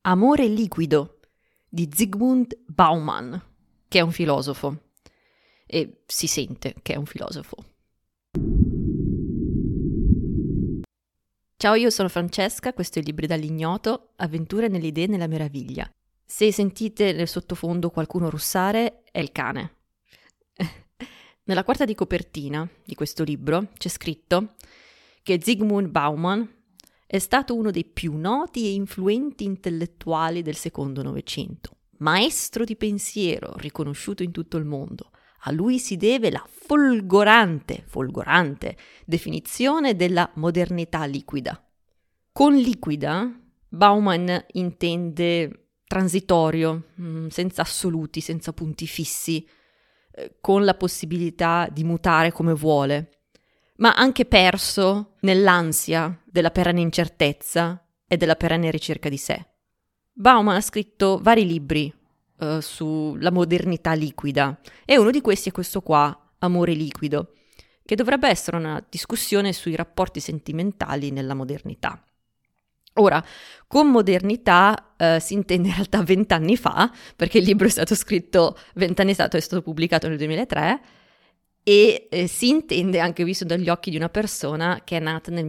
Amore liquido di Zygmunt Bauman, che è un filosofo. E si sente che è un filosofo. Ciao, io sono Francesca, questo è Libri dall'ignoto, avventure nelle idee e nella meraviglia. Se sentite nel sottofondo qualcuno russare, è il cane. Nella quarta di copertina di questo libro c'è scritto che Zygmunt Bauman è stato uno dei più noti e influenti intellettuali del secondo Novecento, maestro di pensiero riconosciuto in tutto il mondo. A lui si deve la folgorante definizione della modernità liquida. Con liquida, Bauman intende transitorio, senza assoluti, senza punti fissi, con la possibilità di mutare come vuole, ma anche perso nell'ansia della perenne incertezza e della perenne ricerca di sé. Bauman ha scritto vari libri sulla modernità liquida e uno di questi è questo qua, Amore liquido, che dovrebbe essere una discussione sui rapporti sentimentali nella modernità. Ora, con modernità si intende in realtà 20 anni fa, perché il libro è stato scritto 20 anni fa, è stato pubblicato nel 2003, e si intende anche visto dagli occhi di una persona che è nata nel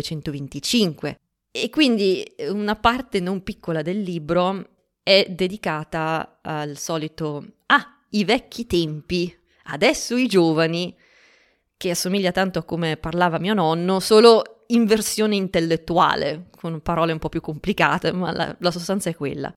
1925. E quindi una parte non piccola del libro è dedicata al solito i vecchi tempi, adesso i giovani, che assomiglia tanto a come parlava mio nonno, solo in versione intellettuale, con parole un po' più complicate, ma la sostanza è quella.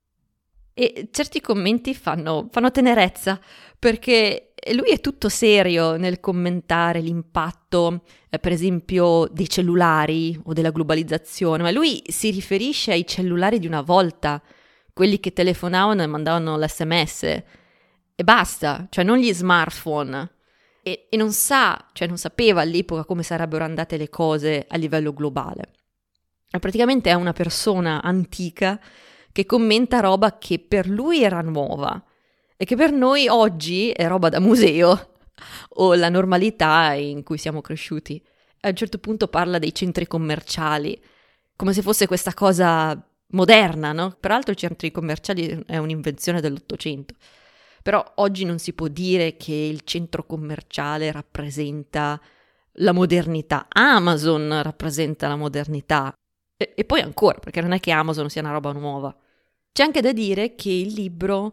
E certi commenti fanno tenerezza, perché lui è tutto serio nel commentare l'impatto, per esempio, dei cellulari o della globalizzazione, ma lui si riferisce ai cellulari di una volta, quelli che telefonavano e mandavano l'SMS, e basta, cioè non gli smartphone. E non sapeva all'epoca come sarebbero andate le cose a livello globale. E praticamente è una persona antica che commenta roba che per lui era nuova e che per noi oggi è roba da museo o la normalità in cui siamo cresciuti. A un certo punto parla dei centri commerciali, come se fosse questa cosa moderna, no? Peraltro i centri commerciali è un'invenzione dell'Ottocento. Però oggi non si può dire che il centro commerciale rappresenta la modernità. Amazon rappresenta la modernità. E poi ancora, perché non è che Amazon sia una roba nuova. C'è anche da dire che il libro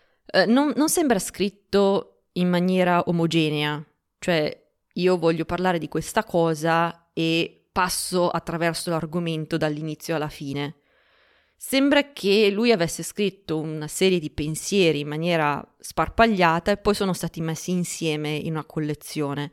non sembra scritto in maniera omogenea. Cioè, io voglio parlare di questa cosa e passo attraverso l'argomento dall'inizio alla fine. Sembra che lui avesse scritto una serie di pensieri in maniera sparpagliata e poi sono stati messi insieme in una collezione.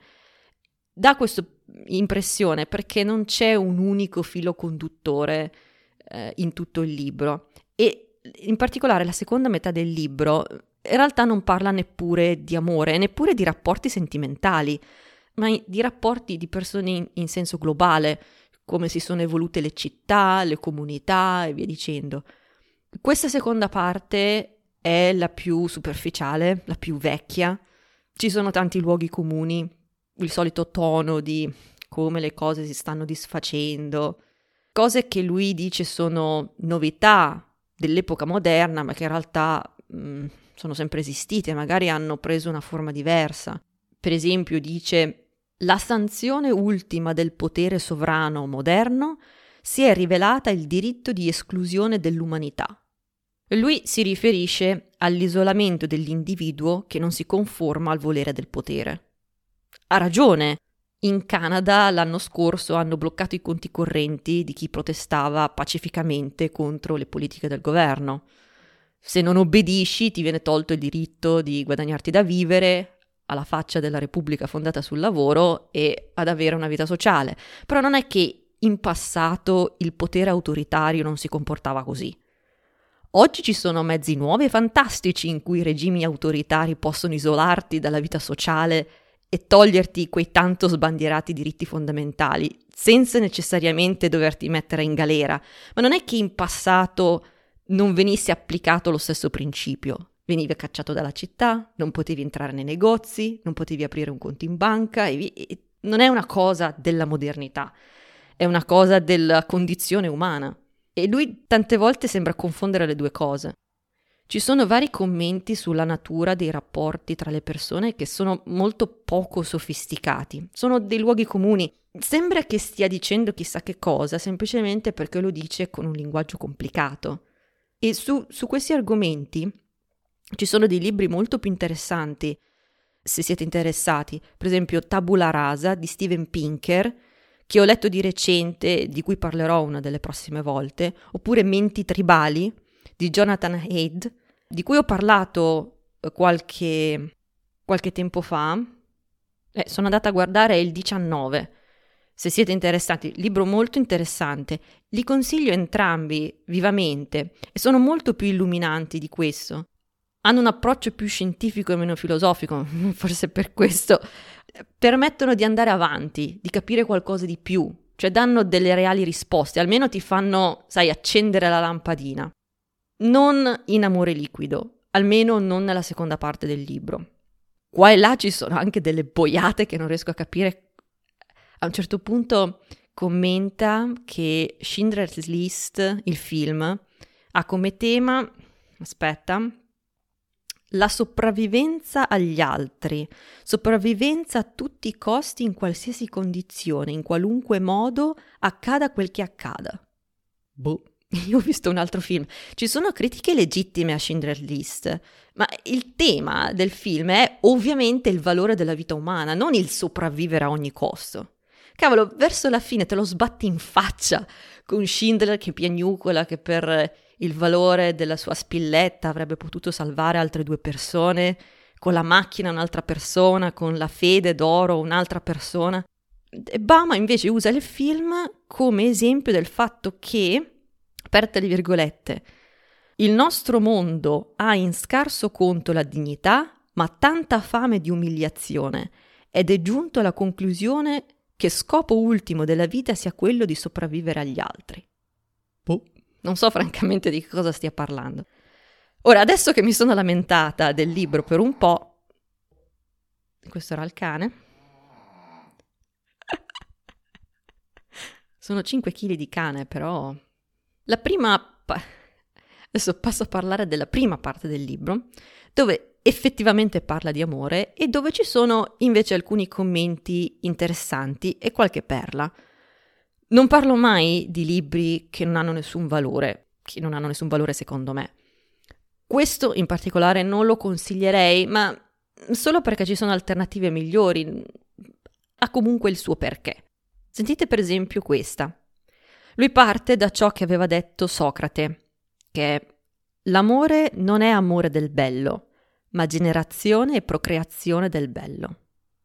Dà questa impressione perché non c'è un unico filo conduttore in tutto il libro, e in particolare la seconda metà del libro in realtà non parla neppure di amore, neppure di rapporti sentimentali, ma di rapporti di persone in senso globale, come si sono evolute le città, le comunità e via dicendo. Questa seconda parte è la più superficiale, la più vecchia. Ci sono tanti luoghi comuni, il solito tono di come le cose si stanno disfacendo, cose che lui dice sono novità dell'epoca moderna, ma che in realtà sono sempre esistite, magari hanno preso una forma diversa. Per esempio dice: la sanzione ultima del potere sovrano moderno si è rivelata il diritto di esclusione dell'umanità. Lui si riferisce all'isolamento dell'individuo che non si conforma al volere del potere. Ha ragione. In Canada l'anno scorso hanno bloccato i conti correnti di chi protestava pacificamente contro le politiche del governo. Se non obbedisci ti viene tolto il diritto di guadagnarti da vivere, alla faccia della Repubblica fondata sul lavoro, e ad avere una vita sociale. Però non è che in passato il potere autoritario non si comportava così. Oggi ci sono mezzi nuovi e fantastici in cui i regimi autoritari possono isolarti dalla vita sociale e toglierti quei tanto sbandierati diritti fondamentali, senza necessariamente doverti mettere in galera. Ma non è che in passato non venisse applicato lo stesso principio. Venivi cacciato dalla città, non potevi entrare nei negozi, non potevi aprire un conto in banca, e non è una cosa della modernità, è una cosa della condizione umana. E lui tante volte sembra confondere le due cose. Ci sono vari commenti sulla natura dei rapporti tra le persone che sono molto poco sofisticati. Sono dei luoghi comuni. Sembra che stia dicendo chissà che cosa, semplicemente perché lo dice con un linguaggio complicato. E su questi argomenti ci sono dei libri molto più interessanti, se siete interessati. Per esempio Tabula Rasa di Steven Pinker, che ho letto di recente, di cui parlerò una delle prossime volte, oppure Menti Tribali di Jonathan Haidt, di cui ho parlato qualche tempo fa. Sono andata a guardare il 19, se siete interessati. Libro molto interessante, li consiglio entrambi vivamente e sono molto più illuminanti di questo. Hanno un approccio più scientifico e meno filosofico, forse per questo. Permettono di andare avanti, di capire qualcosa di più, cioè danno delle reali risposte, almeno ti fanno, sai, accendere la lampadina. Non in Amore liquido, almeno non nella seconda parte del libro. Qua e là ci sono anche delle boiate che non riesco a capire. A un certo punto commenta che Schindler's List, il film, ha come tema, la sopravvivenza agli altri, sopravvivenza a tutti i costi in qualsiasi condizione, in qualunque modo, accada quel che accada. Io ho visto un altro film. Ci sono critiche legittime a Schindler's List, ma il tema del film è ovviamente il valore della vita umana, non il sopravvivere a ogni costo. Cavolo, verso la fine te lo sbatti in faccia con Schindler che piagnucola che per il valore della sua spilletta avrebbe potuto salvare altre 2 persone, con la macchina un'altra persona, con la fede d'oro un'altra persona. E Bauman invece usa il film come esempio del fatto che, aperte le virgolette, il nostro mondo ha in scarso conto la dignità, ma tanta fame di umiliazione, ed è giunto alla conclusione che scopo ultimo della vita sia quello di sopravvivere agli altri. Non so francamente di cosa stia parlando. Ora, adesso che mi sono lamentata del libro per un po', questo era il cane, sono 5 kg di cane, però adesso passo a parlare della prima parte del libro, dove effettivamente parla di amore e dove ci sono invece alcuni commenti interessanti e qualche perla. Non parlo mai di libri che non hanno nessun valore secondo me. Questo in particolare non lo consiglierei, ma solo perché ci sono alternative migliori. Ha comunque il suo perché. Sentite per esempio questa. Lui parte da ciò che aveva detto Socrate, che l'amore non è amore del bello, ma generazione e procreazione del bello.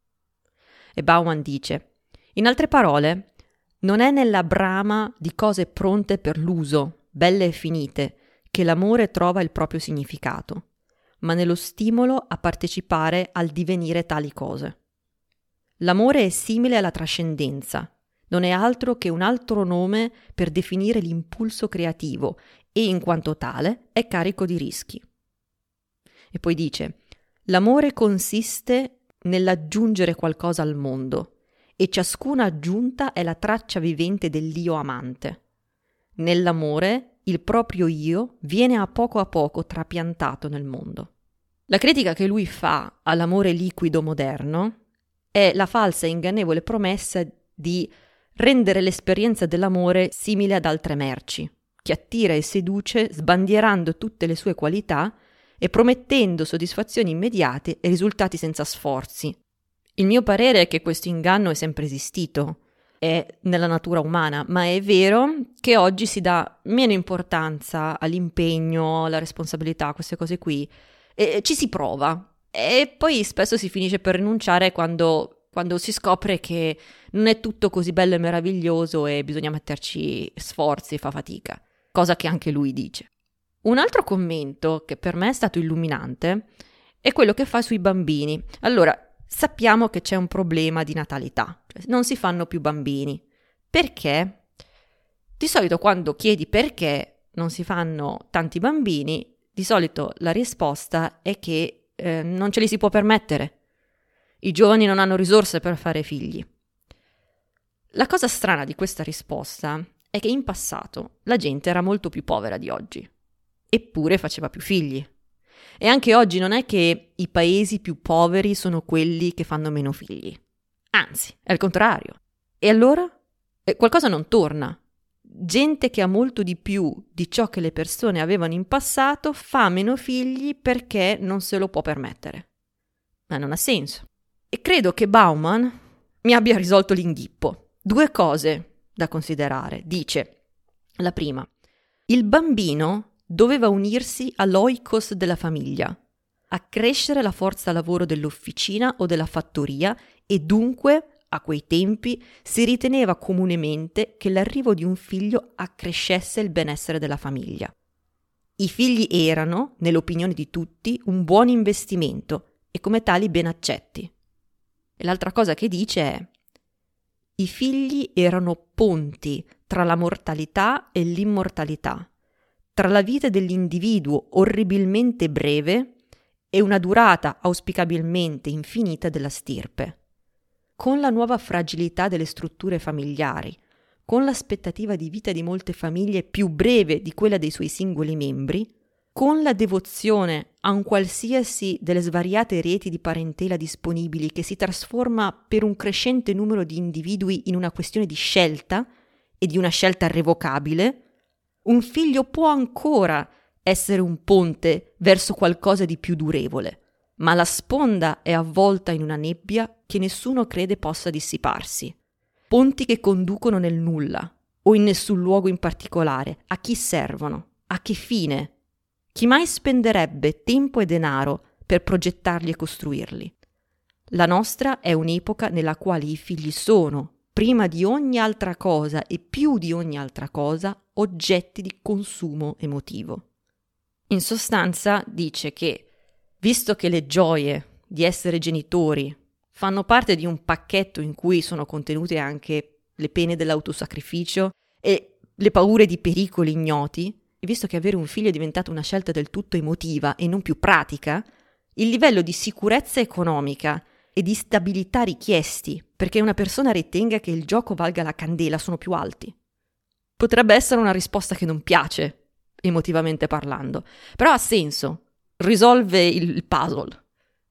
E Bauman dice, in altre parole, non è nella brama di cose pronte per l'uso, belle e finite, che l'amore trova il proprio significato, ma nello stimolo a partecipare al divenire tali cose. L'amore è simile alla trascendenza, non è altro che un altro nome per definire l'impulso creativo e, in quanto tale, è carico di rischi. E poi dice, l'amore consiste nell'aggiungere qualcosa al mondo, e ciascuna aggiunta è la traccia vivente dell'io amante. Nell'amore il proprio io viene a poco trapiantato nel mondo. La critica che lui fa all'amore liquido moderno è la falsa e ingannevole promessa di rendere l'esperienza dell'amore simile ad altre merci, che attira e seduce sbandierando tutte le sue qualità e promettendo soddisfazioni immediate e risultati senza sforzi. Il mio parere è che questo inganno è sempre esistito, è nella natura umana, ma è vero che oggi si dà meno importanza all'impegno, alla responsabilità, queste cose qui, e ci si prova, e poi spesso si finisce per rinunciare quando si scopre che non è tutto così bello e meraviglioso e bisogna metterci sforzi e fa fatica, cosa che anche lui dice. Un altro commento che per me è stato illuminante è quello che fa sui bambini. Allora, sappiamo che c'è un problema di natalità, cioè non si fanno più bambini. Perché? Di solito quando chiedi perché non si fanno tanti bambini, di solito la risposta è che non ce li si può permettere. I giovani non hanno risorse per fare figli. La cosa strana di questa risposta è è che in passato la gente era molto più povera di oggi, eppure faceva più figli. E anche oggi non è che i paesi più poveri sono quelli che fanno meno figli. Anzi, è il contrario. E allora? Qualcosa non torna. Gente che ha molto di più di ciò che le persone avevano in passato fa meno figli perché non se lo può permettere. Ma non ha senso. E credo che Bauman mi abbia risolto l'inghippo. 2 cose da considerare. Dice, la prima, il bambino doveva unirsi all'oikos della famiglia, accrescere la forza lavoro dell'officina o della fattoria e dunque, a quei tempi, si riteneva comunemente che l'arrivo di un figlio accrescesse il benessere della famiglia. I figli erano, nell'opinione di tutti, un buon investimento e come tali ben accetti. E l'altra cosa che dice è: i figli erano ponti tra la mortalità e l'immortalità, tra la vita dell'individuo orribilmente breve e una durata auspicabilmente infinita della stirpe. Con la nuova fragilità delle strutture familiari, con l'aspettativa di vita di molte famiglie più breve di quella dei suoi singoli membri, con la devozione a un qualsiasi delle svariate reti di parentela disponibili che si trasforma per un crescente numero di individui in una questione di scelta e di una scelta irrevocabile, un figlio può ancora essere un ponte verso qualcosa di più durevole, ma la sponda è avvolta in una nebbia che nessuno crede possa dissiparsi. Ponti che conducono nel nulla o in nessun luogo in particolare. A chi servono? A che fine? Chi mai spenderebbe tempo e denaro per progettarli e costruirli? La nostra è un'epoca nella quale i figli sono, prima di ogni altra cosa e più di ogni altra cosa, oggetti di consumo emotivo. In sostanza dice che, visto che le gioie di essere genitori fanno parte di un pacchetto in cui sono contenute anche le pene dell'autosacrificio e le paure di pericoli ignoti, e visto che avere un figlio è diventata una scelta del tutto emotiva e non più pratica, il livello di sicurezza economica e di stabilità richiesti perché una persona ritenga che il gioco valga la candela sono più alti. Potrebbe essere una risposta che non piace, emotivamente parlando, però ha senso, risolve il puzzle.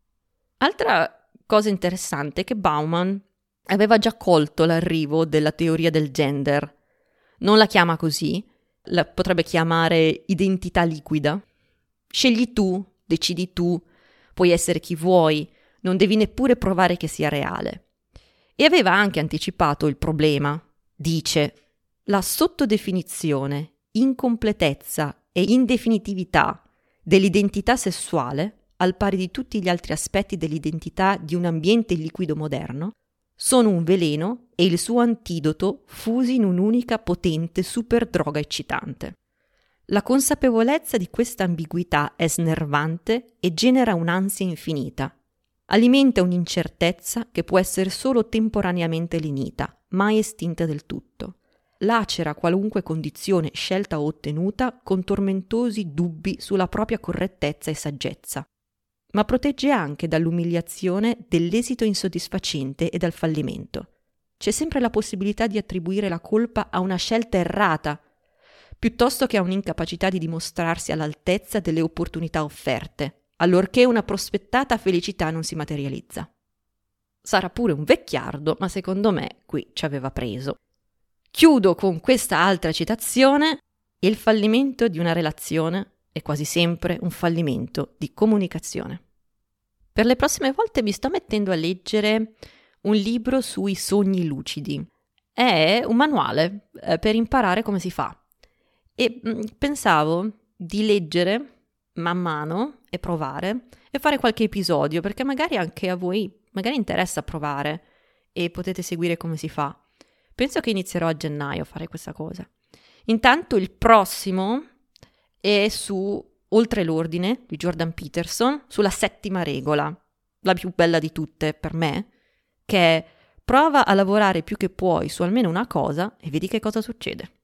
Altra cosa interessante è che Bauman aveva già colto l'arrivo della teoria del gender. Non la chiama così, la potrebbe chiamare identità liquida. Scegli tu, decidi tu, puoi essere chi vuoi, non devi neppure provare che sia reale. E aveva anche anticipato il problema. Dice: la sottodefinizione, incompletezza e indefinitività dell'identità sessuale, al pari di tutti gli altri aspetti dell'identità di un ambiente liquido moderno, sono un veleno e il suo antidoto fusi in un'unica potente superdroga eccitante. La consapevolezza di questa ambiguità è snervante e genera un'ansia infinita. Alimenta un'incertezza che può essere solo temporaneamente lenita, mai estinta del tutto. Lacera qualunque condizione scelta o ottenuta con tormentosi dubbi sulla propria correttezza e saggezza. Ma protegge anche dall'umiliazione dell'esito insoddisfacente e dal fallimento. C'è sempre la possibilità di attribuire la colpa a una scelta errata, piuttosto che a un'incapacità di dimostrarsi all'altezza delle opportunità offerte, allorché una prospettata felicità non si materializza. Sarà pure un vecchiardo, ma secondo me qui ci aveva preso. Chiudo con questa altra citazione: il fallimento di una relazione è quasi sempre un fallimento di comunicazione. Per le prossime volte mi sto mettendo a leggere un libro sui sogni lucidi. È un manuale per imparare come si fa. E pensavo di leggere man mano e provare e fare qualche episodio, perché magari anche a voi magari interessa provare e potete seguire come si fa. Penso che inizierò a gennaio a fare questa cosa. Intanto il prossimo è su Oltre l'ordine di Jordan Peterson, sulla 7ª regola, la più bella di tutte per me, che è: prova a lavorare più che puoi su almeno una cosa e vedi che cosa succede.